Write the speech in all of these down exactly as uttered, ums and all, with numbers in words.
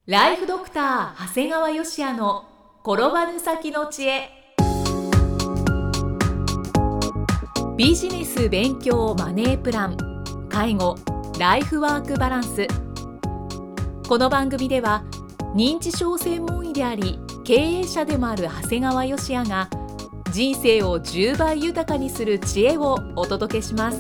ライフドクター長谷川芳也の転ばぬ先の知恵。ビジネス勉強マネープラン、介護、ライフワークバランス。この番組では認知症専門医であり経営者でもある長谷川芳也が人生をじゅうばい豊かにする知恵をお届けします。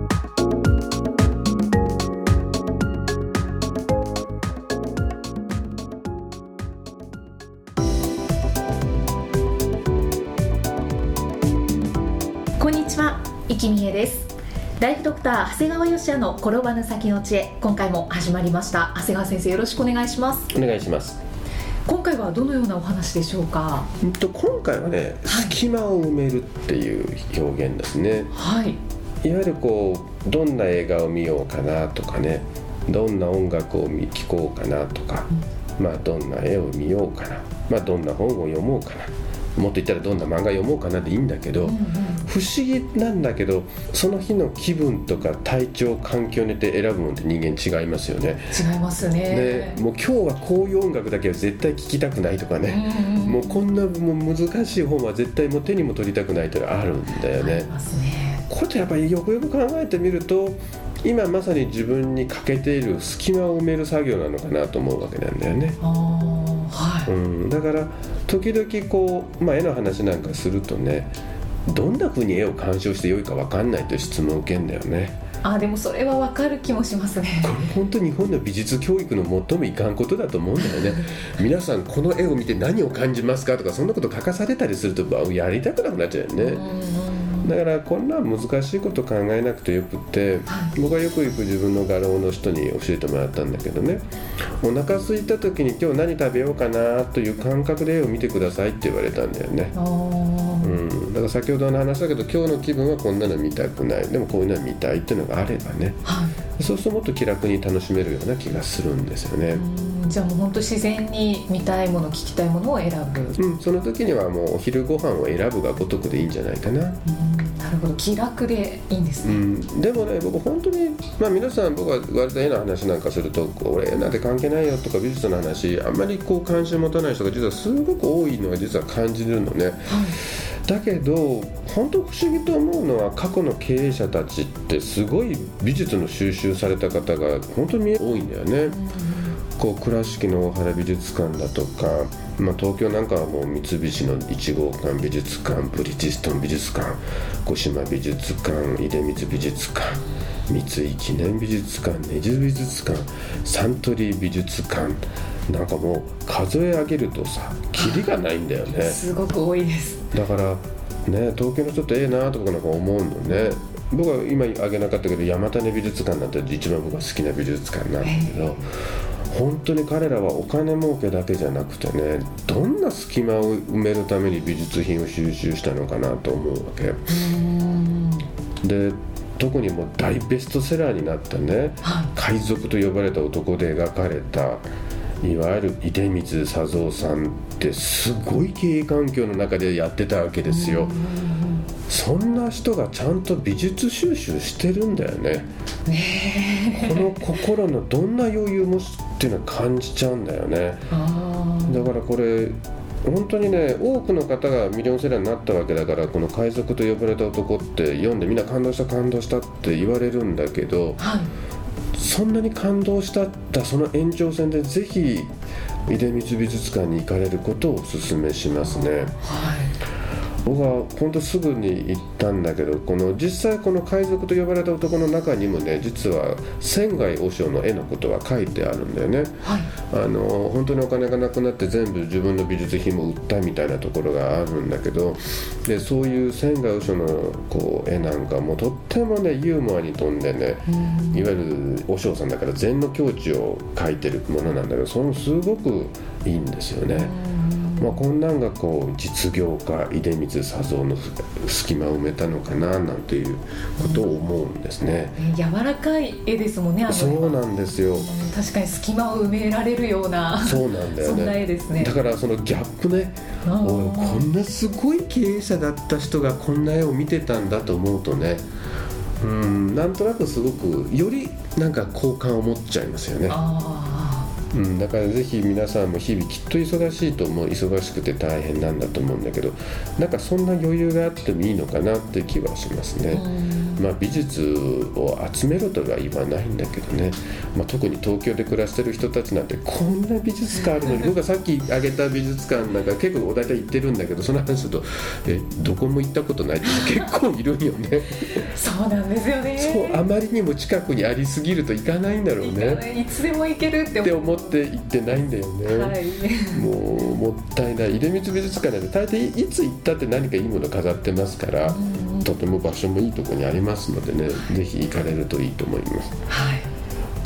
こんにちは、生きみえです。ライフドクター長谷川芳也の転ばぬ先の知恵、今回も始まりました。長谷川先生、よろしくお願いします。 お願いします。 今回はどのようなお話でしょうか。 うんと今回はね、隙間を埋めるっていう表現ですね。 はい。 いわゆるこうどんな映画を見ようかなとかね、どんな音楽を聴こうかなとか、うん、まあどんな絵を見ようかな、まあどんな本を読もうかな、もっと言ったらどんな漫画読もうかなでいいんだけど、うんうん、不思議なんだけどその日の気分とか体調環境によって選ぶものって人間違いますよね。 違いますね。 でもう今日はこういう音楽だけは絶対聴きたくないとかね、うんうん、もうこんなもう難しい本は絶対もう手にも取りたくないってあるんだよね。 ありますね。 これってやっぱりよくよく考えてみると今まさに自分に欠けている隙間を埋める作業なのかなと思うわけなんだよね。 あ、はい、うん、 だから時々こう、まあ、絵の話なんかするとね、どんな風に絵を鑑賞してよいか分かんないという質問を受けるんだよね。 あ、でもそれは分かる気もしますね。 これ本当に日本の美術教育の最もいかんことだと思うんだよね。皆さんこの絵を見て何を感じますかとかそんなこと書かされたりするとやりたくなくなっちゃうよね。だからこんな難しいこと考えなくてよくて、はい、僕はよく行く自分の画廊の人に教えてもらったんだけどね、お腹空いた時に今日何食べようかなという感覚で絵を見てくださいって言われたんだよね。あ、うん、だから先ほどの話だけど今日の気分はこんなの見たくない、でもこういうのは見たいっていうのがあればね、はい、そうするともっと気楽に楽しめるような気がするんですよね。 うん、じゃあもう本当自然に見たいもの聞きたいものを選ぶ、 うん、その時にはもうお昼ご飯を選ぶがごとくでいいんじゃないかな。うん、 なるほど、気楽でいいんですね。 うん、でもね、僕本当に、まあ、皆さん僕は割と絵の話なんかすると俺絵なんて関係ないよとか美術の話あんまりこう関心持たない人が実はすごく多いのが実は感じるのね。はい、だけど本当不思議と思うのは過去の経営者たちってすごい美術の収集された方が本当に多いんだよね。うん、こう倉敷の大原美術館だとか、まあ、東京なんかはもう三菱のいち号館美術館、ブリヂストン美術館、五島美術館、出光美術館、三井記念美術館、根津美術館、サントリー美術館、なんかもう数え上げるとさキリがないんだよね。 すごく多いです。だからね、東京の人ってええなとかなんか思うのね。僕は今挙げなかったけど山種美術館なんて一番僕が好きな美術館なんだけど、本当に彼らはお金儲けだけじゃなくてね、どんな隙間を埋めるために美術品を収集したのかなと思うわけ。うーんで特にもう大ベストセラーになったね、はい、海賊と呼ばれた男で描かれたいわゆる出光佐三さんってすごい経営環境の中でやってたわけですよ。そんな人がちゃんと美術収集してるんだよね。ね、この心のどんな余裕もっていうのは感じちゃうんだよね。あ、だからこれ本当にね、多くの方がミリオンセラーになったわけだから、この海賊と呼ばれた男って読んでみんな感動した感動したって言われるんだけど、はい、そんなに感動したったその延長線でぜひ出光美術館に行かれることをお勧めしますね。はい、僕は本当すぐに行ったんだけど、この実際この海賊と呼ばれた男の中にもね、実は仙外和尚の絵のことは書いてあるんだよね。はい、あの本当にお金がなくなって全部自分の美術品も売ったみたいなところがあるんだけど、でそういう仙外和尚のこう絵なんかもとってもねユーモアに富んでね、いわゆる和尚さんだから禅の境地を描いてるものなんだけど、そのすごくいいんですよね。まあ、こんなんがこう実業家出光佐三の隙間を埋めたのかななんていうことを思うんですね。 うん、柔らかい絵ですもんね。あのそうなんですよ。 確かに隙間を埋められるような、 そうなんだよね。 そんな絵ですね。 だからそのギャップね、こんなすごい経営者だった人がこんな絵を見てたんだと思うとね、うん、なんとなくすごくよりなんか好感を持っちゃいますよね。あ、 うん、だからぜひ皆さんも日々きっと忙しいと思う、忙しくて大変なんだと思うんだけど、なんかそんな余裕があってもいいのかなって気はしますね。まあ、美術を集めろとは言わないんだけどね、まあ、特に東京で暮らしてる人たちなんてこんな美術館あるのに僕がさっき挙げた美術館なんか結構大体行ってるんだけど、その話するとえどこも行ったことないって結構いるんよねそうなんですよね。 そう、あまりにも近くにありすぎると行かないんだろうね。 いつでも行けるってって思って行ってないんだよね、 はい、 もうもったいない。出光美術館なんて大抵いつ行ったって何かいいもの飾ってますから、うん、とても場所もいいところにありますのでね、ぜひ行かれるといいと思います。 はい、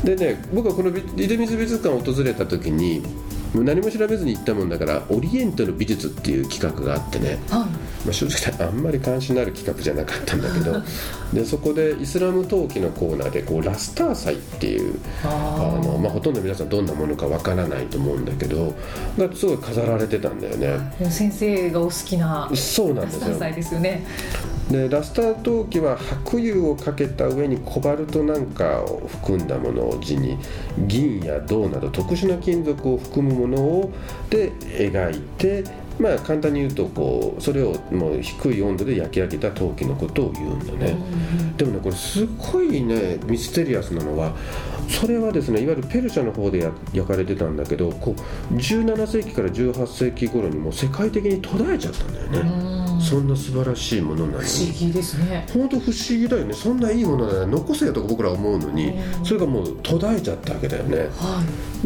でね、僕はこの出光美術館を訪れた時にもう何も調べずに行ったもんだから、オリエントの美術っていう企画があってね、はい、まあ、正直あんまり関心のある企画じゃなかったんだけどでそこでイスラム陶器のコーナーでこうラスター祭っていうあの、まあ、ほとんど皆さんどんなものかわからないと思うんだけどがすごい飾られてたんだよね。 先生がお好きなラスター祭ですよね。 でラスター陶器は白釉をかけた上にコバルトなんかを含んだものを地に銀や銅など特殊な金属を含むものをで描いて、まあ、簡単に言うとこうそれをもう低い温度で焼き上げた陶器のことを言うんだね。でもね、これすごいねミステリアスなのは、それはですねいわゆるペルシャの方で焼かれてたんだけど、こうじゅうななせいきからじゅうはっせいき頃にもう世界的に途絶えちゃったんだよね。そんな素晴らしいものなのに。 不思議ですね。 本当不思議だよね。そんないいものだね、残せよとか僕ら思うのに、それがもう途絶えちゃったわけだよね。はい、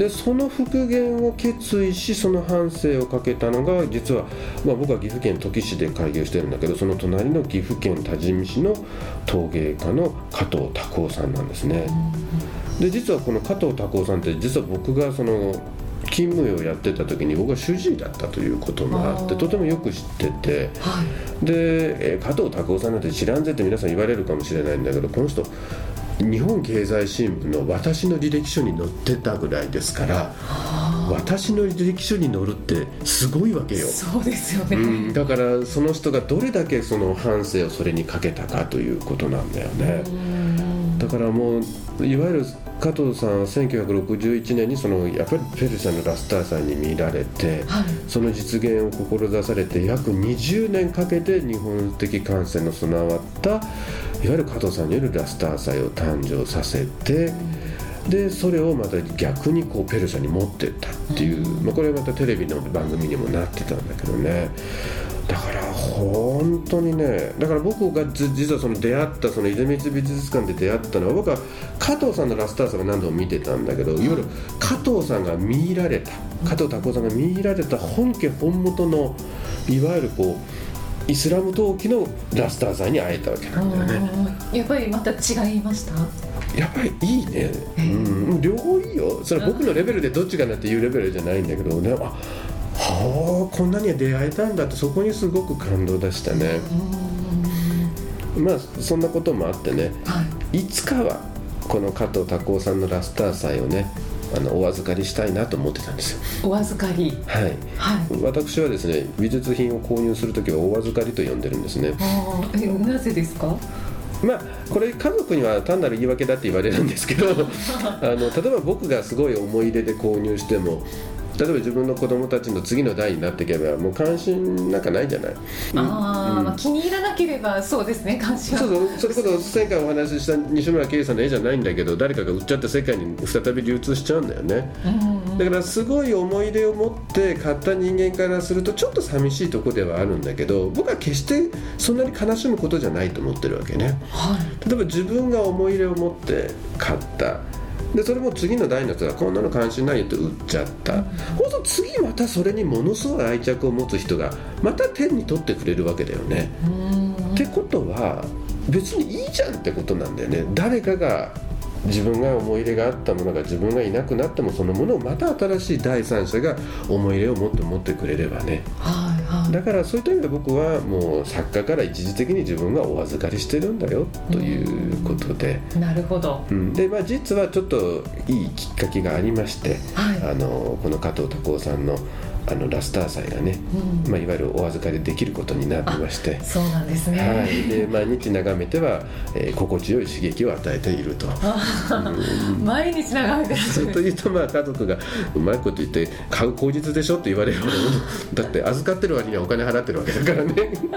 でその復元を決意し、その半生をかけたのが実は、まあ、僕は岐阜県土岐市で開業してるんだけど、その隣の岐阜県多治見市の陶芸家の加藤拓夫さんなんですね。で実はこの加藤拓夫さんって実は僕がその勤務をやってた時に僕は主治医だったということもあってとてもよく知ってて、はい、で、えー、加藤拓夫さんなんて知らんぜって皆さん言われるかもしれないんだけど、この人日本経済新聞の私の履歴書に載ってたぐらいですから、私の履歴書に載るってすごいわけよ。 そうですよね、 うん、だからその人がどれだけその半生をそれにかけたかということなんだよね。だからもういわゆる加藤さんはせんきゅうひゃくろくじゅういちねんにそのやっぱりペルシャのラスター祭に見られて、はい、その実現を志されて約にじゅうねんかけて日本的感性の備わったいわゆる加藤さんによるラスター祭を誕生させて、うん、でそれをまた逆にこうペルシャに持ってったっていう、うん、まあ、これはまたテレビの番組にもなってたんだけどね。だから本当にね、だから僕が実はその出会ったその出光美術館で出会ったのは、僕は加藤さんのラスター祭を何度も見てたんだけど、いわゆる加藤さんが見入られた加藤拓夫さんが見入られた本家本元のいわゆるこうイスラム陶器のラスター祭に会えたわけなんだよね。 やっぱりまた違いました？ やっぱりいいね、うん、両方いいよ。それは僕のレベルでどっちかなっていうレベルじゃないんだけどね、あはあ、こんなには出会えたんだって、そこにすごく感動でしたね。まあそんなこともあってね、はい、いつかはこの加藤拓夫さんのラスター祭をね、あのお預かりしたいなと思ってたんですよ。 お預かり、 はい、はい、私はですね美術品を購入するときはお預かりと呼んでるんですね。 あ、え、なぜですか？ まあ、これ家族には単なる言い訳だって言われるんですけどあの例えば僕がすごい思い入れで購入しても、例えば自分の子供たちの次の代になっていけばもう関心なんかないじゃない。 あ、うん、まあ、気に入らなければそうですね、関心は。 そうそう、それこそ前回お話しした西村圭さんの絵じゃないんだけど、誰かが売っちゃって世界に再び流通しちゃうんだよね、うんうん、だからすごい思い出を持って買った人間からするとちょっと寂しいところではあるんだけど、僕は決してそんなに悲しむことじゃないと思ってるわけね、はい、例えば自分が思い入れを持って買ったで、それも次の代の人がこんなの関心ないよって売っちゃった、うん、そうすると次またそれにものすごい愛着を持つ人がまた手に取ってくれるわけだよね。うん、ってことは別にいいじゃんってことなんだよね。誰かが自分が思い入れがあったものが自分がいなくなっても、そのものをまた新しい第三者が思い入れを持って持ってくれればね、はいはい、だからそういった意味で僕はもう作家から一時的に自分がお預かりしてるんだよということで。 なるほど、 うん、で、まあ、実はちょっといいきっかけがありまして、はい、あのこの加藤拓夫さんのあのラスター祭がね、うんまあ、いわゆるお預かりできることになってまして、 そうなんですね、 はい、で毎日眺めては、えー、心地よい刺激を与えていると、 うん、毎日眺めてるそうというと、まあ、家族がうまいこと言って買う口実でしょって言われるだって預かってる割にはお金払ってるわけだからね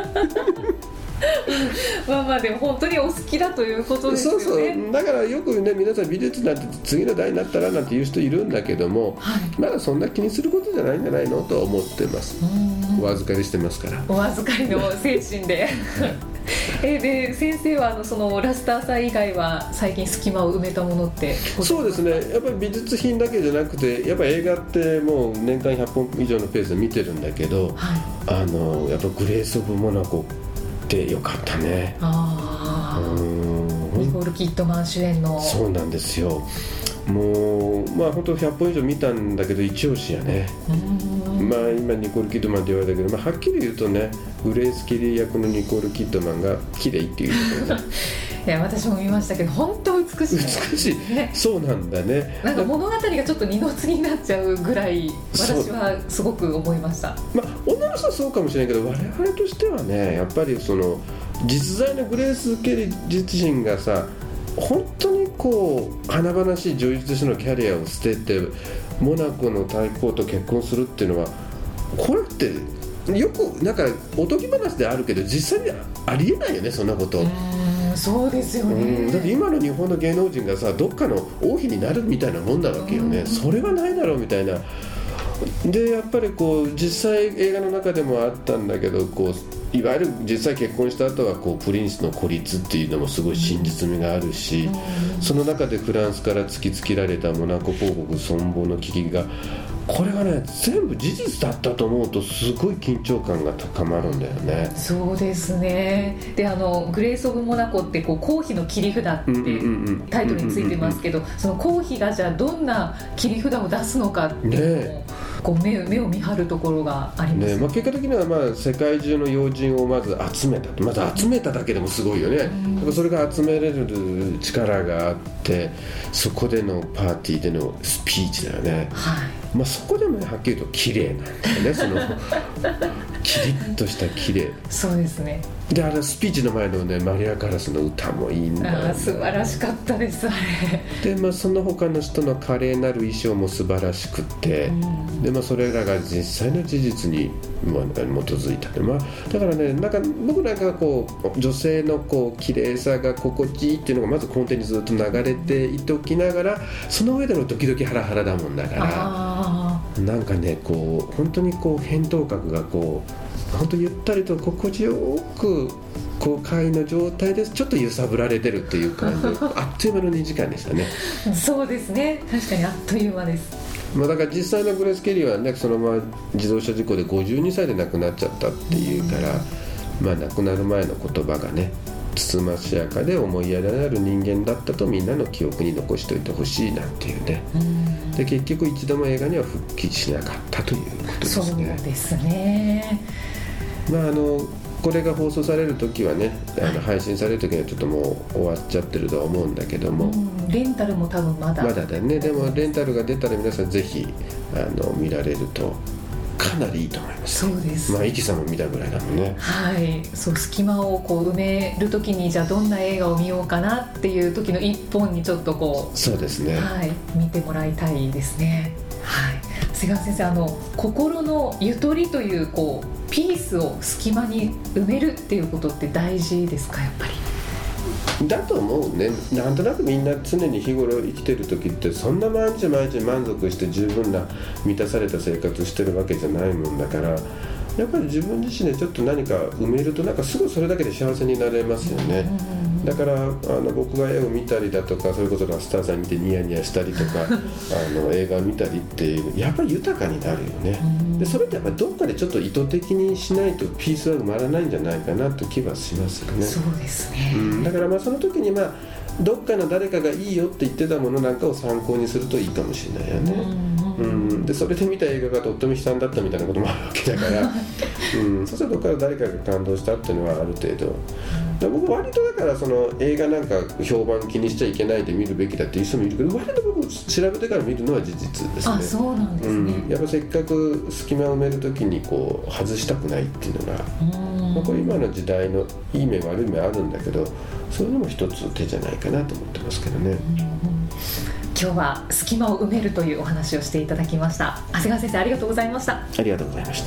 まあまあでも本当にお好きだということですよね。 そうそうだからよくね皆さん美術なんて次の代になったらなんて言う人いるんだけども、はい、まだそんな気にすることじゃないんじゃないのと思ってます。お預かりしてますからお預かりの精神でえで先生はあのそのラスター祭以外は最近隙間を埋めたものってそうですねやっぱり美術品だけじゃなくてやっぱ映画ってもう年間ひゃっぽん以上のペースで見てるんだけど、はい、あのやっぱグレース・オブ・モナコってよかったね。あうんニコール・キッドマン主演のそうなんですよ。もうまあ本当ひゃっぽん以上見たんだけど一押しやね。うんまあ今ニコール・キッドマンって言われたけど、まあ、はっきり言うとねグレース・ケリー役のニコール・キッドマンが綺麗っていうことねいや私も見ましたけど本当美しい、 美しい、ね、そうなんだね。 なんか物語がちょっと二の次になっちゃうぐらい私はすごく思いました。 まあ女の人はそうかもしれないけど我々としてはねやっぱりその実在のグレース・ケリー自身がさ本当にこう華々しい女優としてのキャリアを捨ててモナコの大公と結婚するっていうのはこれってよくなんかおとぎ話であるけど実際にありえないよねそんなこと。 うんそうですよね。 うんだって今の日本の芸能人がさどっかの王妃になるみたいなもんなわけよね。それはないだろうみたいな。でやっぱりこう実際映画の中でもあったんだけどこういわゆる実際結婚した後はこうプリンスの孤立っていうのもすごい真実味があるし、その中でフランスから突きつけられたモナコ公国存亡の危機がこれがね全部事実だったと思うとすごい緊張感が高まるんだよね。 そうですね。であのグレース・オブ・モナコってこう公妃の切り札ってタイトルについてますけど、その公妃がじゃあどんな切り札を出すのかっていうのを、ね、こう 目, 目を見張るところがあります、ねねまあ、結果的にはまあ世界中の要人をまず集めたまず集めただけでもすごいよね、うん、それが集めれる力があってそこでのパーティーでのスピーチだよね、はいまあ、そこでも、ね、はっきり言うと綺麗なんだよねそのキリッとした綺麗そうですね。 であれスピーチの前のねマリア・カラスの歌もいいんだよ、ね、 あ素晴らしかったですあれで、まあ、その他の人の華麗なる衣装も素晴らしくて、うん、で、まあ、それらが実際の事実に、まあ、基づいた、まあ、だからねなんか僕なんかこう女性のこう綺麗さが心地いいっていうのがまず根底にずっと流れていておきながらその上での時々ハラハラだもんだからなんかねこう本当にこう扁桃核がこう本当ゆったりと心地よくこう会の状態でちょっと揺さぶられてるっていう感じであっという間のにじかんでしたねそうですね確かにあっという間です。 まあ、だから実際のグレース・ケリーは、ね、そのまま自動車事故でごじゅうにさいで亡くなっちゃったっていうから、まあ、亡くなる前の言葉がねつつましやかで思いやりのある人間だったとみんなの記憶に残しておいてほしいなんていうねで結局一度も映画には復帰しなかったということですね。 そうですね。 まああのこれが放送される時はねあの配信される時にはちょっともう終わっちゃってるとは思うんだけども、うん、 レンタルも多分まだまだだね。でもレンタルが出たら皆さんぜひあの見られるとかなりいいと思います。 そうです。 まあイキさんも見たぐらいだもんね。 はい。そう隙間をこう埋める時にじゃあどんな映画を見ようかなっていう時の一本にちょっとこうそうですね。 はい見てもらいたいですね。はい。瀬川先生あの心のゆとりというこうピースを隙間に埋めるっていうことって大事ですかやっぱり。 だと思うね。なんとなくみんな常に日頃生きてる時ってそんな毎日毎日満足して十分な満たされた生活してるわけじゃないもんだからやっぱり自分自身でちょっと何か埋めるとなんかすぐそれだけで幸せになれますよね。だからあの僕が絵を見たりだとかそれこそラスターさん見てニヤニヤしたりとかあの映画を見たりってやっぱり豊かになるよね。でそれってやっぱりどっかでちょっと意図的にしないとピースは埋まらないんじゃないかなと気はしますよね。 そうですね、 うん、だからまあその時にまあどっかの誰かがいいよって言ってたものなんかを参考にするといいかもしれないよね。うんうん、でそれで見た映画がとっても悲惨だったみたいなこともあるわけだから、うん、そうするとどこから誰かが感動したっていうのはある程度だ僕割とだからその映画なんか評判気にしちゃいけないで見るべきだっていう人もいるけど割と僕調べてから見るのは事実ですね。 あ、そうなんですね、うん、 やっぱせっかく隙間を埋めるときにこう外したくないっていうのが、うんまあ、これ今の時代のいい面悪い面あるんだけどそういうのも一つ手じゃないかなと思ってますけどね、うん、 今日は隙間を埋めるというお話をしていただきました。長谷川先生ありがとうございました。 ありがとうございました。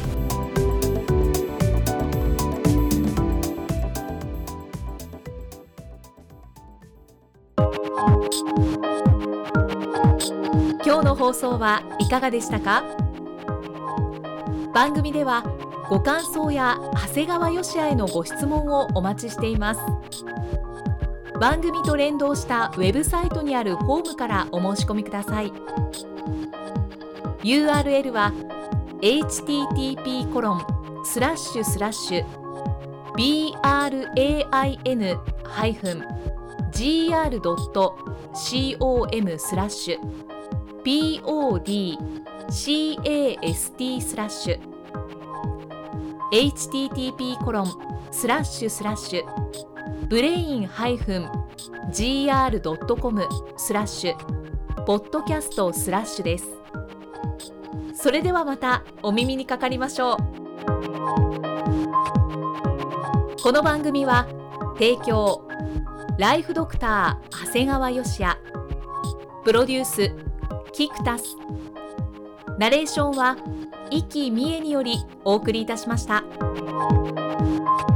今日の放送はいかがでしたか？番組ではご感想や長谷川芳也へのご質問をお待ちしています。番組と連動したウェブサイトにあるフォームからお申し込みください。 ユーアールエル は エイチティーティーピーコロンスラッシュスラッシュビーアールエーアイエヌハイフンジーアールドットコム スラッシュ ピーオーディーシーエーエスティー スラッシュ エイチティーティーピーコロンスラッシュスラッシュブレインハイフンジーアールドットコム スラッシュポッドキャストスラッシュです。それではまたお耳にかかりましょう。この番組は提供ライフドクター長谷川芳也、プロデュースキクタス、ナレーションは生きみえによりお送りいたしました。